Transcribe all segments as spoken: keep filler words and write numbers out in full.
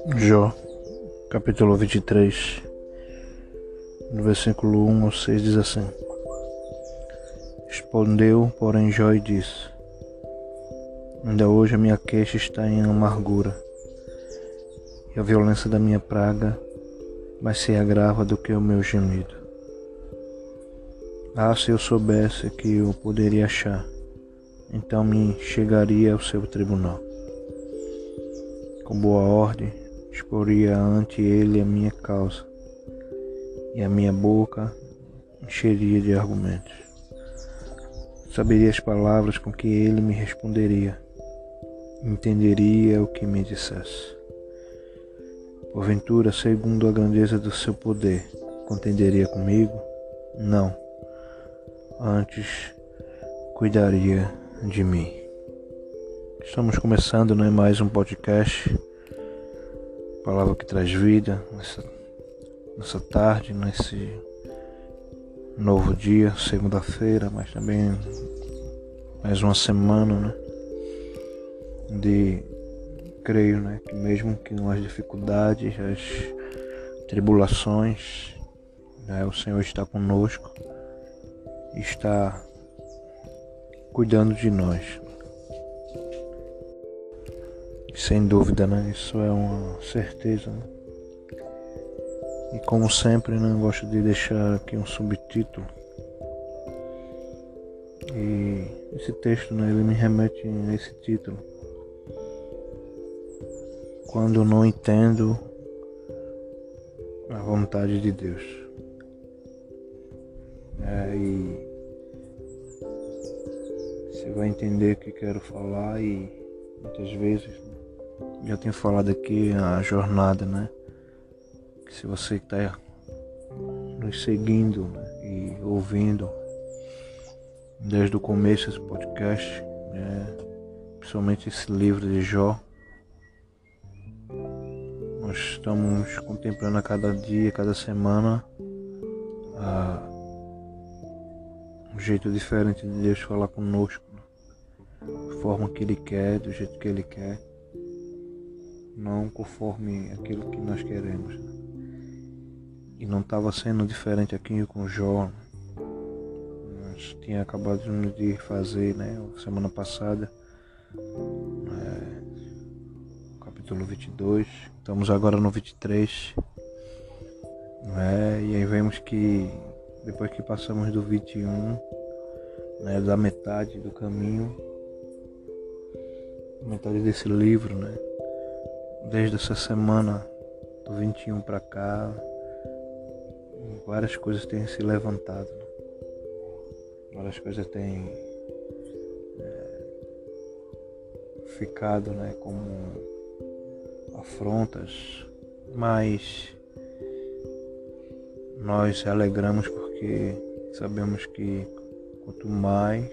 Jó, capítulo vinte e três, no versículo um ao seis, diz assim: Respondeu, porém, Jó e disse: Ainda hoje a minha queixa está em amargura, e a violência da minha praga mais se agrava do que o meu gemido. Ah, se eu soubesse que eu poderia achar, então me chegaria ao seu tribunal. Com boa ordem, exporia ante ele a minha causa, e a minha boca encheria de argumentos. Saberia as palavras com que ele me responderia, entenderia o que me dissesse. Porventura, segundo a grandeza do seu poder, contenderia comigo? Não. Antes, cuidaria de mim. Estamos começando, né, mais um podcast, palavra que traz vida nessa, nessa tarde, nesse novo dia, segunda-feira, mas também mais uma semana, né, de, creio, né, que mesmo que com as dificuldades, as tribulações, né, o Senhor está conosco, está cuidando de nós. Sem dúvida, né? Isso é uma certeza, né? E como sempre, né, eu gosto de deixar aqui um subtítulo. E esse texto, né, ele me remete a esse título: Quando não entendo a vontade de Deus. É, e você vai entender o que quero falar, e muitas vezes, né, já tenho falado aqui a jornada, né? Que se você está nos seguindo, né, e ouvindo desde o começo desse podcast, né, principalmente esse livro de Jó, nós estamos contemplando a cada dia, cada semana, a, um jeito diferente de Deus falar conosco, né, da forma que Ele quer, do jeito que Ele quer, não conforme aquilo que nós queremos, né? E não estava sendo diferente aqui com Jó. Nós tinha acabado de fazer, né, semana passada, é, capítulo vinte e dois, estamos agora no vinte e três, né, e aí vemos que depois que passamos do vinte e um, né, da metade do caminho, metade desse livro, né, desde essa semana do vinte e um para cá, várias coisas têm se levantado, né? Várias coisas têm é, ficado, né, como afrontas, mas nós se alegramos porque sabemos que quanto mais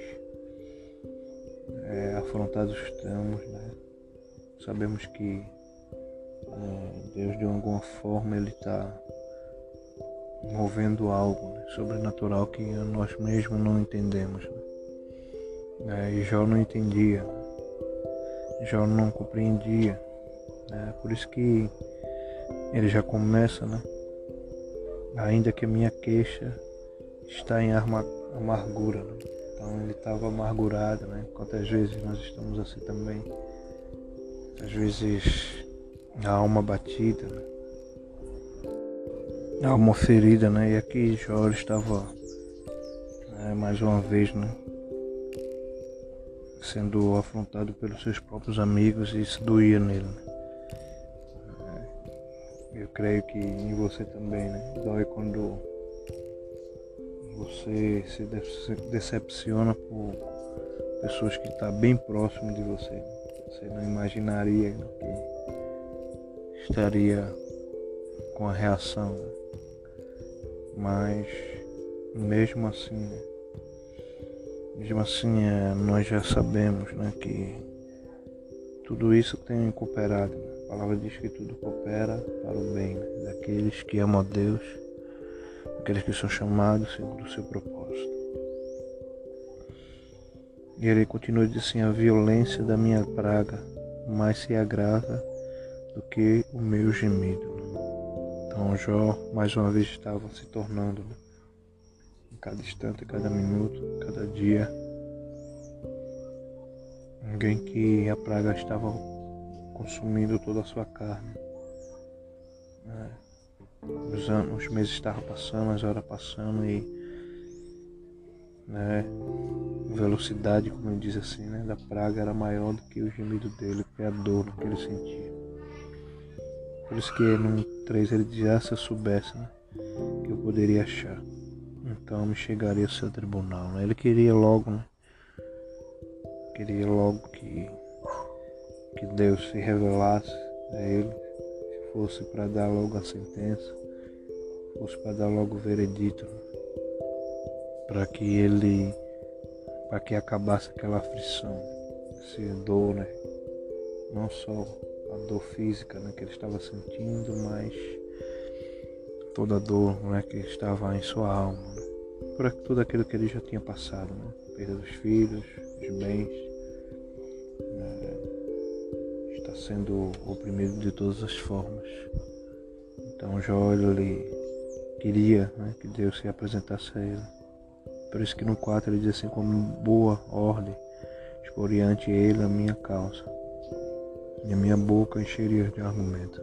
é, afrontados estamos, né, sabemos que é, Deus, de alguma forma, Ele está movendo algo, né, sobrenatural que nós mesmos não entendemos, né? É, e Jó não entendia, Jó não compreendia, né? Por isso que ele já começa, né? Ainda que a minha queixa está em arma, amargura, né? Então ele estava amargurado, né? Quantas vezes nós estamos assim também, às vezes a alma batida, né? A alma ferida, né? E aqui Jó estava, né, mais uma vez, né, sendo afrontado pelos seus próprios amigos, e isso doía nele, né? Eu creio que em você também, né? Dói quando você se decepciona por pessoas que estão bem próximas de você. Você não imaginaria, né, que estaria com a reação, né? Mas mesmo assim, né? mesmo assim é, nós já sabemos, né, que tudo isso tem cooperado, né? A palavra diz que tudo coopera para o bem, né, daqueles que amam a Deus, daqueles que são chamados segundo o seu propósito. E ele continua dizendo assim: a violência da minha praga mais se agrava do que o meu gemido. Então Jó mais uma vez estava se tornando, né, em cada instante, cada minuto, cada dia, alguém que a praga estava consumindo toda a sua carne. É, os anos, os meses estavam passando, as horas passando e, né, a velocidade, como ele diz assim, né, da praga era maior do que o gemido dele, que a dor que ele sentia. Por isso que no três ele diz: ah, se eu soubesse, né, que eu poderia achar, então eu me chegaria ao seu tribunal. Né? Ele queria logo, né, queria logo que, que Deus se revelasse a ele, se fosse para dar logo a sentença, fosse para dar logo o veredito, né, para que ele, para que acabasse aquela aflição, essa dor, né, não só a dor física, né, que ele estava sentindo, mas toda a dor, né, que estava em sua alma, né, por tudo aquilo que ele já tinha passado, né, perda dos filhos, dos bens, né, está sendo oprimido de todas as formas. Então Jó, ele queria, né, que Deus se apresentasse a ele. Por isso que no quatro ele diz assim: como boa ordem exporia ante ele a minha causa, e a minha boca encheria de argumento.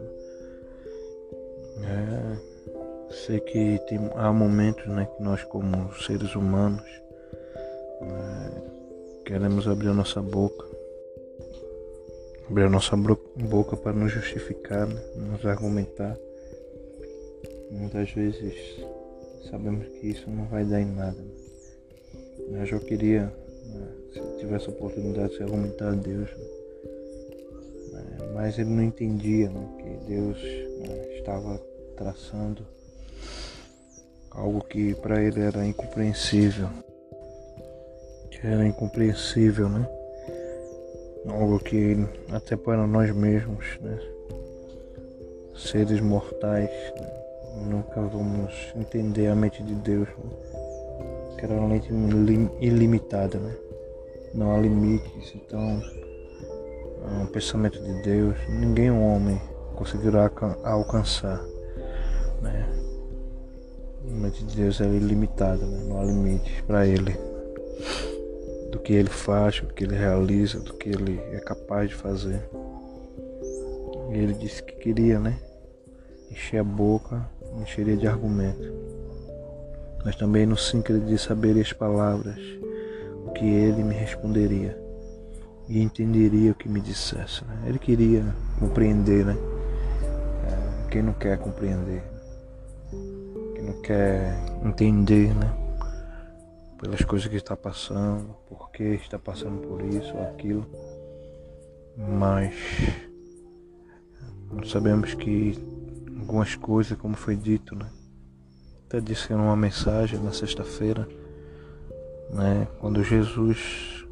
É, sei que tem, há momentos, né, que nós como seres humanos, né, queremos abrir a nossa boca, abrir a nossa boca para nos justificar, né, nos argumentar. Muitas vezes sabemos que isso não vai dar em nada. Né? Eu já queria, né, se tivesse a oportunidade de se argumentar a Deus, né, mas ele não entendia, né, que Deus, né, estava traçando algo que para ele era incompreensível, que era incompreensível, né? Algo que até para nós mesmos, né, seres mortais, né, nunca vamos entender a mente de Deus, né? Que era uma mente ilimitada, né? Não há limites. Então, o pensamento de Deus, ninguém, um homem, conseguirá alcançar, né? A mente de Deus é ilimitada, né? Não há limites para ele, do que ele faz, do que ele realiza, do que ele é capaz de fazer. E ele disse que queria, né, encher a boca, encheria de argumento. Mas também no cinco ele disse: saberia as palavras, o que ele me responderia, e entenderia o que me dissesse. Né? Ele queria compreender, né? É, quem não quer compreender, quem não quer entender, né, pelas coisas que está passando, por que está passando por isso ou aquilo. Mas nós sabemos que algumas coisas, como foi dito, né, até disse numa mensagem na sexta-feira, né, quando Jesus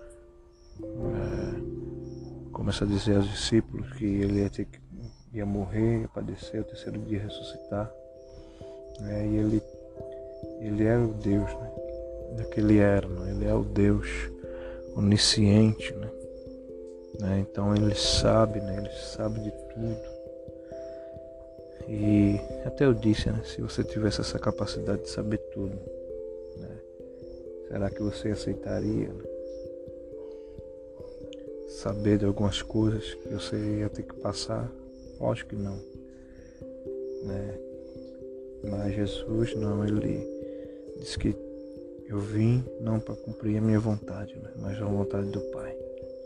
é, começa a dizer aos discípulos que ele ia, ter, ia morrer, ia padecer, o terceiro dia ressuscitar, né, e ele, ele era o Deus, né, que ele era, né, ele é o Deus onisciente, né, né, então ele sabe, né, ele sabe de tudo. E até eu disse, né, se você tivesse essa capacidade de saber tudo, né, será que você aceitaria, né, saber de algumas coisas que você ia ter que passar? Lógico que não, né? Mas Jesus não, ele disse que eu vim não para cumprir a minha vontade, né, mas a vontade do Pai.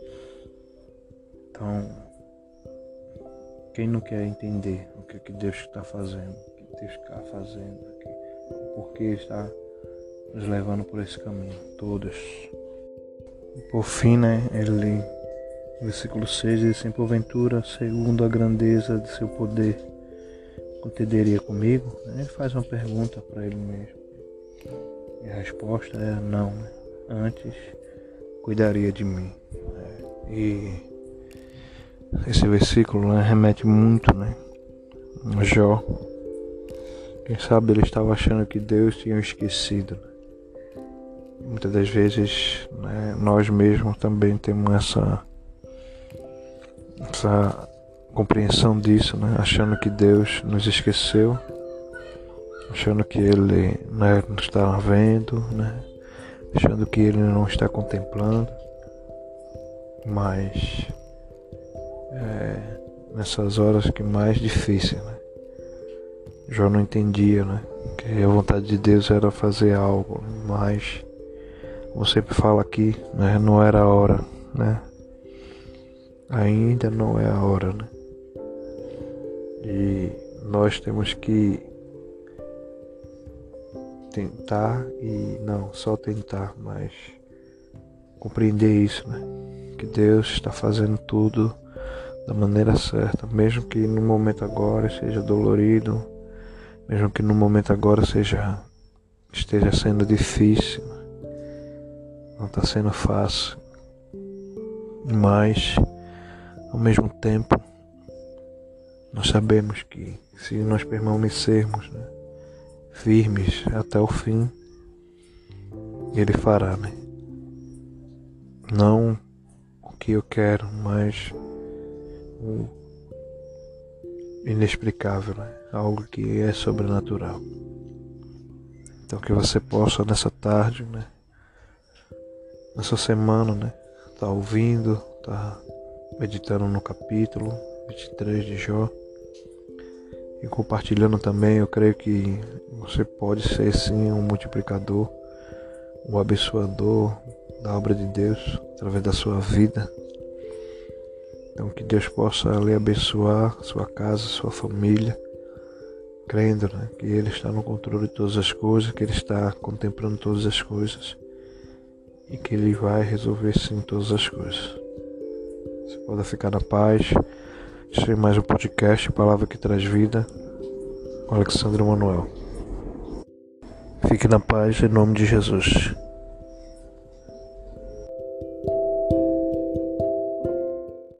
Então, quem não quer entender o que, que Deus está fazendo, o que Deus está fazendo aqui, o porquê está nos levando por esse caminho, todos. E por fim, né, ele, versículo seis, diz assim: porventura, segundo a grandeza de seu poder, contenderia comigo? Ele faz uma pergunta para ele mesmo. E a resposta é não, né? Antes cuidaria de mim. É, e esse versículo, né, remete muito, né, a Jó. Quem sabe ele estava achando que Deus tinha esquecido, né? Muitas das vezes, né, nós mesmos também temos essa, essa compreensão disso, né? Achando que Deus nos esqueceu, achando que Ele, né, não está vendo, né? Achando que Ele não está contemplando, mas é, nessas horas que mais difícil, né? Jó não entendia, né? Que a vontade de Deus era fazer algo, né? Mas, como sempre fala aqui, né? Não era a hora, né? Ainda não é a hora, né? E nós temos que tentar e não só tentar, mas compreender isso, né? Que Deus está fazendo tudo da maneira certa, mesmo que no momento agora seja dolorido, mesmo que no momento agora seja esteja sendo difícil, não está sendo fácil, mas ao mesmo tempo nós sabemos que se nós permanecermos, né, firmes até o fim, Ele fará, né? Não o que eu quero, mas o inexplicável, né? Algo que é sobrenatural. Então que você possa nessa tarde, né, nessa semana, né, tá ouvindo, tá meditando no capítulo vinte e três de Jó e compartilhando também. Eu creio que você pode ser sim um multiplicador, um abençoador da obra de Deus através da sua vida. Então que Deus possa lhe abençoar, sua casa, sua família, crendo, né, que Ele está no controle de todas as coisas, que Ele está contemplando todas as coisas e que Ele vai resolver sim todas as coisas. Você pode ficar na paz. Este é mais um podcast, Palavra que Traz Vida, com Alexandre Manuel. Fique na paz em nome de Jesus.